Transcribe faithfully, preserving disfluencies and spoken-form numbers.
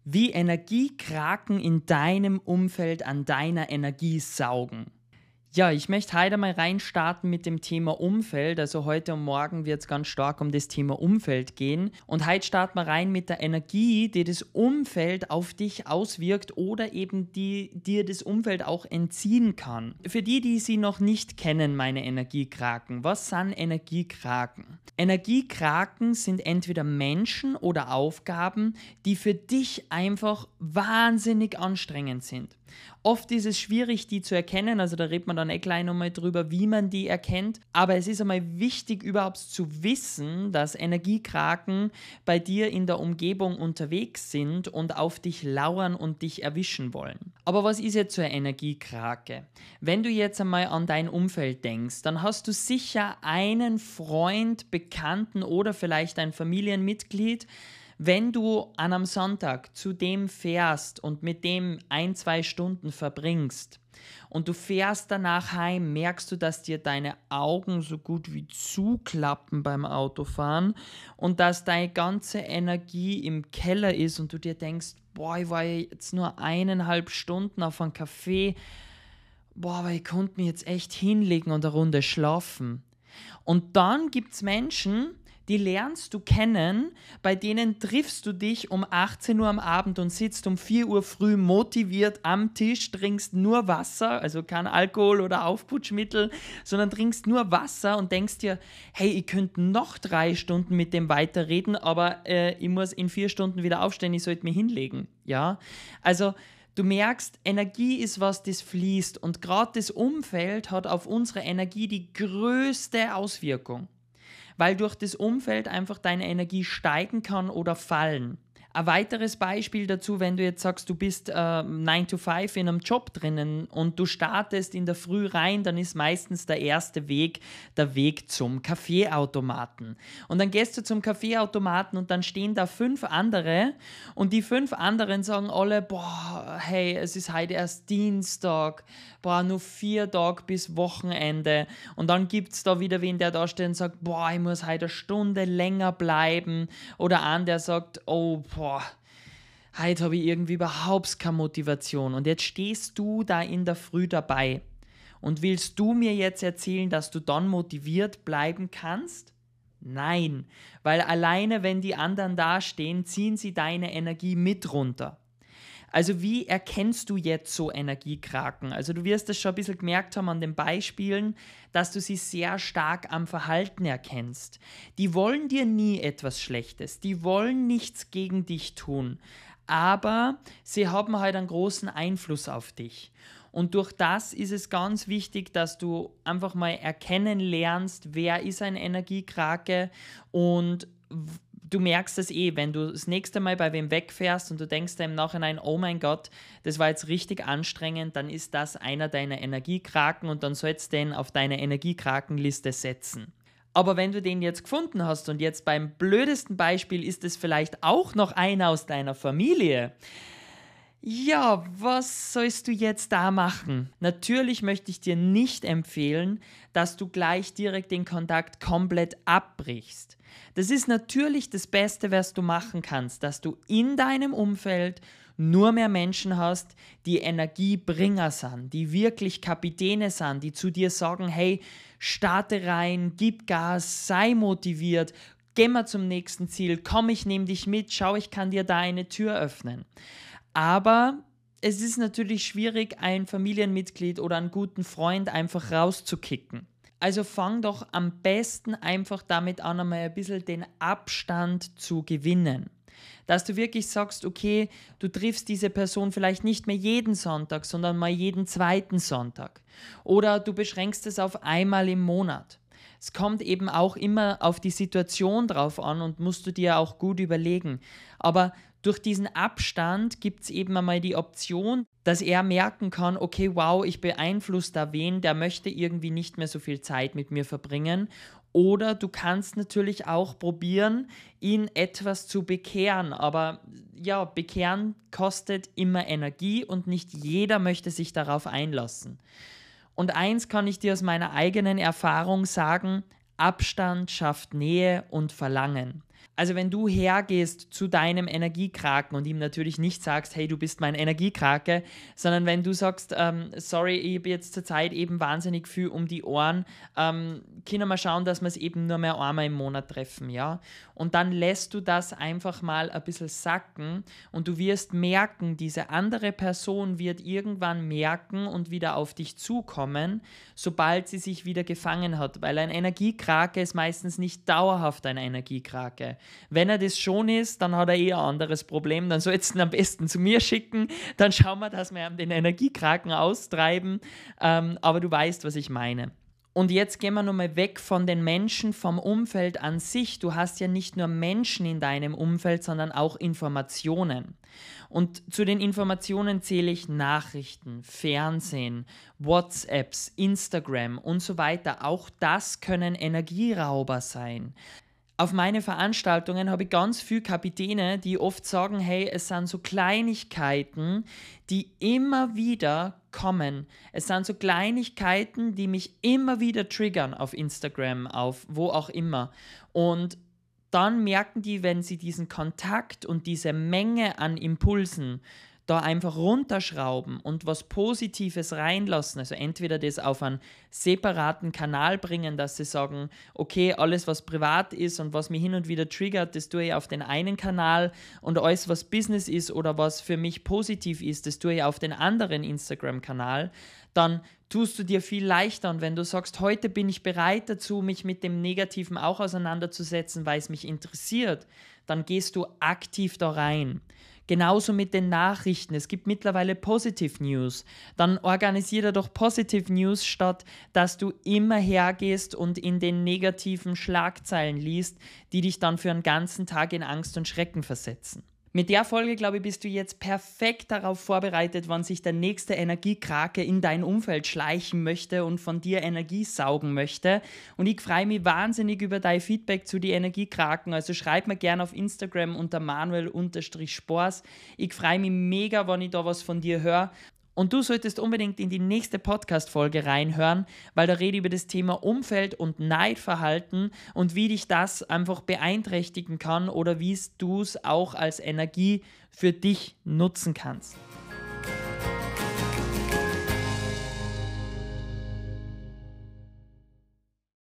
Wie Energiekraken in deinem Umfeld an deiner Energie saugen. Ja, ich möchte heute mal reinstarten mit dem Thema Umfeld. Also heute und morgen wird es ganz stark um das Thema Umfeld gehen. Und heute starten wir rein mit der Energie, die das Umfeld auf dich auswirkt oder eben die dir das Umfeld auch entziehen kann. Für die, die sie noch nicht kennen, meine Energiekraken. Was sind Energiekraken? Energiekraken sind entweder Menschen oder Aufgaben, die für dich einfach wahnsinnig anstrengend sind. Oft ist es schwierig, die zu erkennen, also da redet man dann eh gleich nochmal drüber, wie man die erkennt. Aber es ist einmal wichtig, überhaupt zu wissen, dass Energiekraken bei dir in der Umgebung unterwegs sind und auf dich lauern und dich erwischen wollen. Aber was ist jetzt so eine Energiekrake? Wenn du jetzt einmal an dein Umfeld denkst, dann hast du sicher einen Freund, Bekannten oder vielleicht ein Familienmitglied. Wenn du an einem Sonntag zu dem fährst und mit dem ein, zwei Stunden verbringst und du fährst danach heim, merkst du, dass dir deine Augen so gut wie zuklappen beim Autofahren und dass deine ganze Energie im Keller ist und du dir denkst, boah, ich war jetzt nur eineinhalb Stunden auf einem Café, boah, aber ich konnte mich jetzt echt hinlegen und eine Runde schlafen. Und dann gibt es Menschen, die lernst du kennen, bei denen triffst du dich um achtzehn Uhr am Abend und sitzt um vier Uhr früh motiviert am Tisch, trinkst nur Wasser, also kein Alkohol oder Aufputschmittel, sondern trinkst nur Wasser und denkst dir, hey, ich könnte noch drei Stunden mit dem weiterreden, aber äh, ich muss in vier Stunden wieder aufstehen, ich sollte mich hinlegen. Ja, also du merkst, Energie ist was, das fließt und gerade das Umfeld hat auf unsere Energie die größte Auswirkung, weil durch das Umfeld einfach deine Energie steigen kann oder fallen. Ein weiteres Beispiel dazu, wenn du jetzt sagst, du bist äh, nine to five in einem Job drinnen und du startest in der Früh rein, dann ist meistens der erste Weg der Weg zum Kaffeeautomaten. Und dann gehst du zum Kaffeeautomaten und dann stehen da fünf andere und die fünf anderen sagen alle, boah, hey, es ist heute erst Dienstag, boah, nur vier Tage bis Wochenende. Und dann gibt es da wieder wen, der da steht und sagt, boah, ich muss heute eine Stunde länger bleiben. Oder einen, der sagt, oh, boah, Boah, heute habe ich irgendwie überhaupt keine Motivation. Und jetzt stehst du da in der Früh dabei. Und willst du mir jetzt erzählen, dass du dann motiviert bleiben kannst? Nein, weil alleine, wenn die anderen dastehen, ziehen sie deine Energie mit runter. Also wie erkennst du jetzt so Energiekraken? Also du wirst das schon ein bisschen gemerkt haben an den Beispielen, dass du sie sehr stark am Verhalten erkennst. Die wollen dir nie etwas Schlechtes, die wollen nichts gegen dich tun, aber sie haben halt einen großen Einfluss auf dich. Und durch das ist es ganz wichtig, dass du einfach mal erkennen lernst, wer ist ein Energiekrake und du merkst es eh, wenn du das nächste Mal bei wem wegfährst und du denkst dir im Nachhinein, oh mein Gott, das war jetzt richtig anstrengend, dann ist das einer deiner Energiekraken und dann sollst du den auf deine Energiekrakenliste setzen. Aber wenn du den jetzt gefunden hast und jetzt beim blödesten Beispiel ist es vielleicht auch noch einer aus deiner Familie, ja, was sollst du jetzt da machen? Natürlich möchte ich dir nicht empfehlen, dass du gleich direkt den Kontakt komplett abbrichst. Das ist natürlich das Beste, was du machen kannst, dass du in deinem Umfeld nur mehr Menschen hast, die Energiebringer sind, die wirklich Kapitäne sind, die zu dir sagen, hey, starte rein, gib Gas, sei motiviert, geh mal zum nächsten Ziel, komm, ich nehme dich mit, schau, ich kann dir da eine Tür öffnen. Aber es ist natürlich schwierig, ein Familienmitglied oder einen guten Freund einfach rauszukicken. Also fang doch am besten einfach damit an, einmal ein bisschen den Abstand zu gewinnen. Dass du wirklich sagst, okay, du triffst diese Person vielleicht nicht mehr jeden Sonntag, sondern mal jeden zweiten Sonntag. Oder du beschränkst es auf einmal im Monat. Es kommt eben auch immer auf die Situation drauf an und musst du dir auch gut überlegen. Aber durch diesen Abstand gibt es eben einmal die Option, dass er merken kann, okay, wow, ich beeinflusse da wen, der möchte irgendwie nicht mehr so viel Zeit mit mir verbringen. Oder du kannst natürlich auch probieren, ihn etwas zu bekehren. Aber ja, bekehren kostet immer Energie und nicht jeder möchte sich darauf einlassen. Und eins kann ich dir aus meiner eigenen Erfahrung sagen, Abstand schafft Nähe und Verlangen. Also wenn du hergehst zu deinem Energiekraken und ihm natürlich nicht sagst, hey, du bist mein Energiekrake, sondern wenn du sagst, ähm, sorry, ich habe jetzt zur Zeit eben wahnsinnig viel um die Ohren, ähm, können wir schauen, dass wir es eben nur mehr einmal im Monat treffen, ja. Und dann lässt du das einfach mal ein bisschen sacken und du wirst merken, diese andere Person wird irgendwann merken und wieder auf dich zukommen, sobald sie sich wieder gefangen hat, weil ein Energiekrake ist meistens nicht dauerhaft ein Energiekrake. Wenn er das schon ist, dann hat er eh ein anderes Problem. Dann sollst du ihn am besten zu mir schicken. Dann schauen wir, dass wir den Energiekraken austreiben. Ähm, aber du weißt, was ich meine. Und jetzt gehen wir nochmal weg von den Menschen, vom Umfeld an sich. Du hast ja nicht nur Menschen in deinem Umfeld, sondern auch Informationen. Und zu den Informationen zähle ich Nachrichten, Fernsehen, WhatsApps, Instagram und so weiter. Auch das können Energierauber sein. Auf meine Veranstaltungen habe ich ganz viele Kapitäne, die oft sagen, hey, es sind so Kleinigkeiten, die immer wieder kommen. Es sind so Kleinigkeiten, die mich immer wieder triggern auf Instagram, auf wo auch immer. Und dann merken die, wenn sie diesen Kontakt und diese Menge an Impulsen da einfach runterschrauben und was Positives reinlassen, also entweder das auf einen separaten Kanal bringen, dass sie sagen, okay, alles was privat ist und was mich hin und wieder triggert, das tue ich auf den einen Kanal und alles was Business ist oder was für mich positiv ist, das tue ich auf den anderen Instagram-Kanal, dann tust du dir viel leichter und wenn du sagst, heute bin ich bereit dazu, mich mit dem Negativen auch auseinanderzusetzen, weil es mich interessiert, dann gehst du aktiv da rein. Genauso mit den Nachrichten. Es gibt mittlerweile Positive News. Dann organisiere doch Positive News, statt dass du immer hergehst und in den negativen Schlagzeilen liest, die dich dann für einen ganzen Tag in Angst und Schrecken versetzen. Mit der Folge, glaube ich, bist du jetzt perfekt darauf vorbereitet, wann sich der nächste Energiekrake in dein Umfeld schleichen möchte und von dir Energie saugen möchte. Und ich freue mich wahnsinnig über dein Feedback zu den Energiekraken. Also schreib mir gerne auf Instagram unter manuel-spors. Ich freue mich mega, wenn ich da was von dir höre. Und du solltest unbedingt in die nächste Podcast-Folge reinhören, weil da rede ich über das Thema Umfeld und Neidverhalten und wie dich das einfach beeinträchtigen kann oder wie du es auch als Energie für dich nutzen kannst.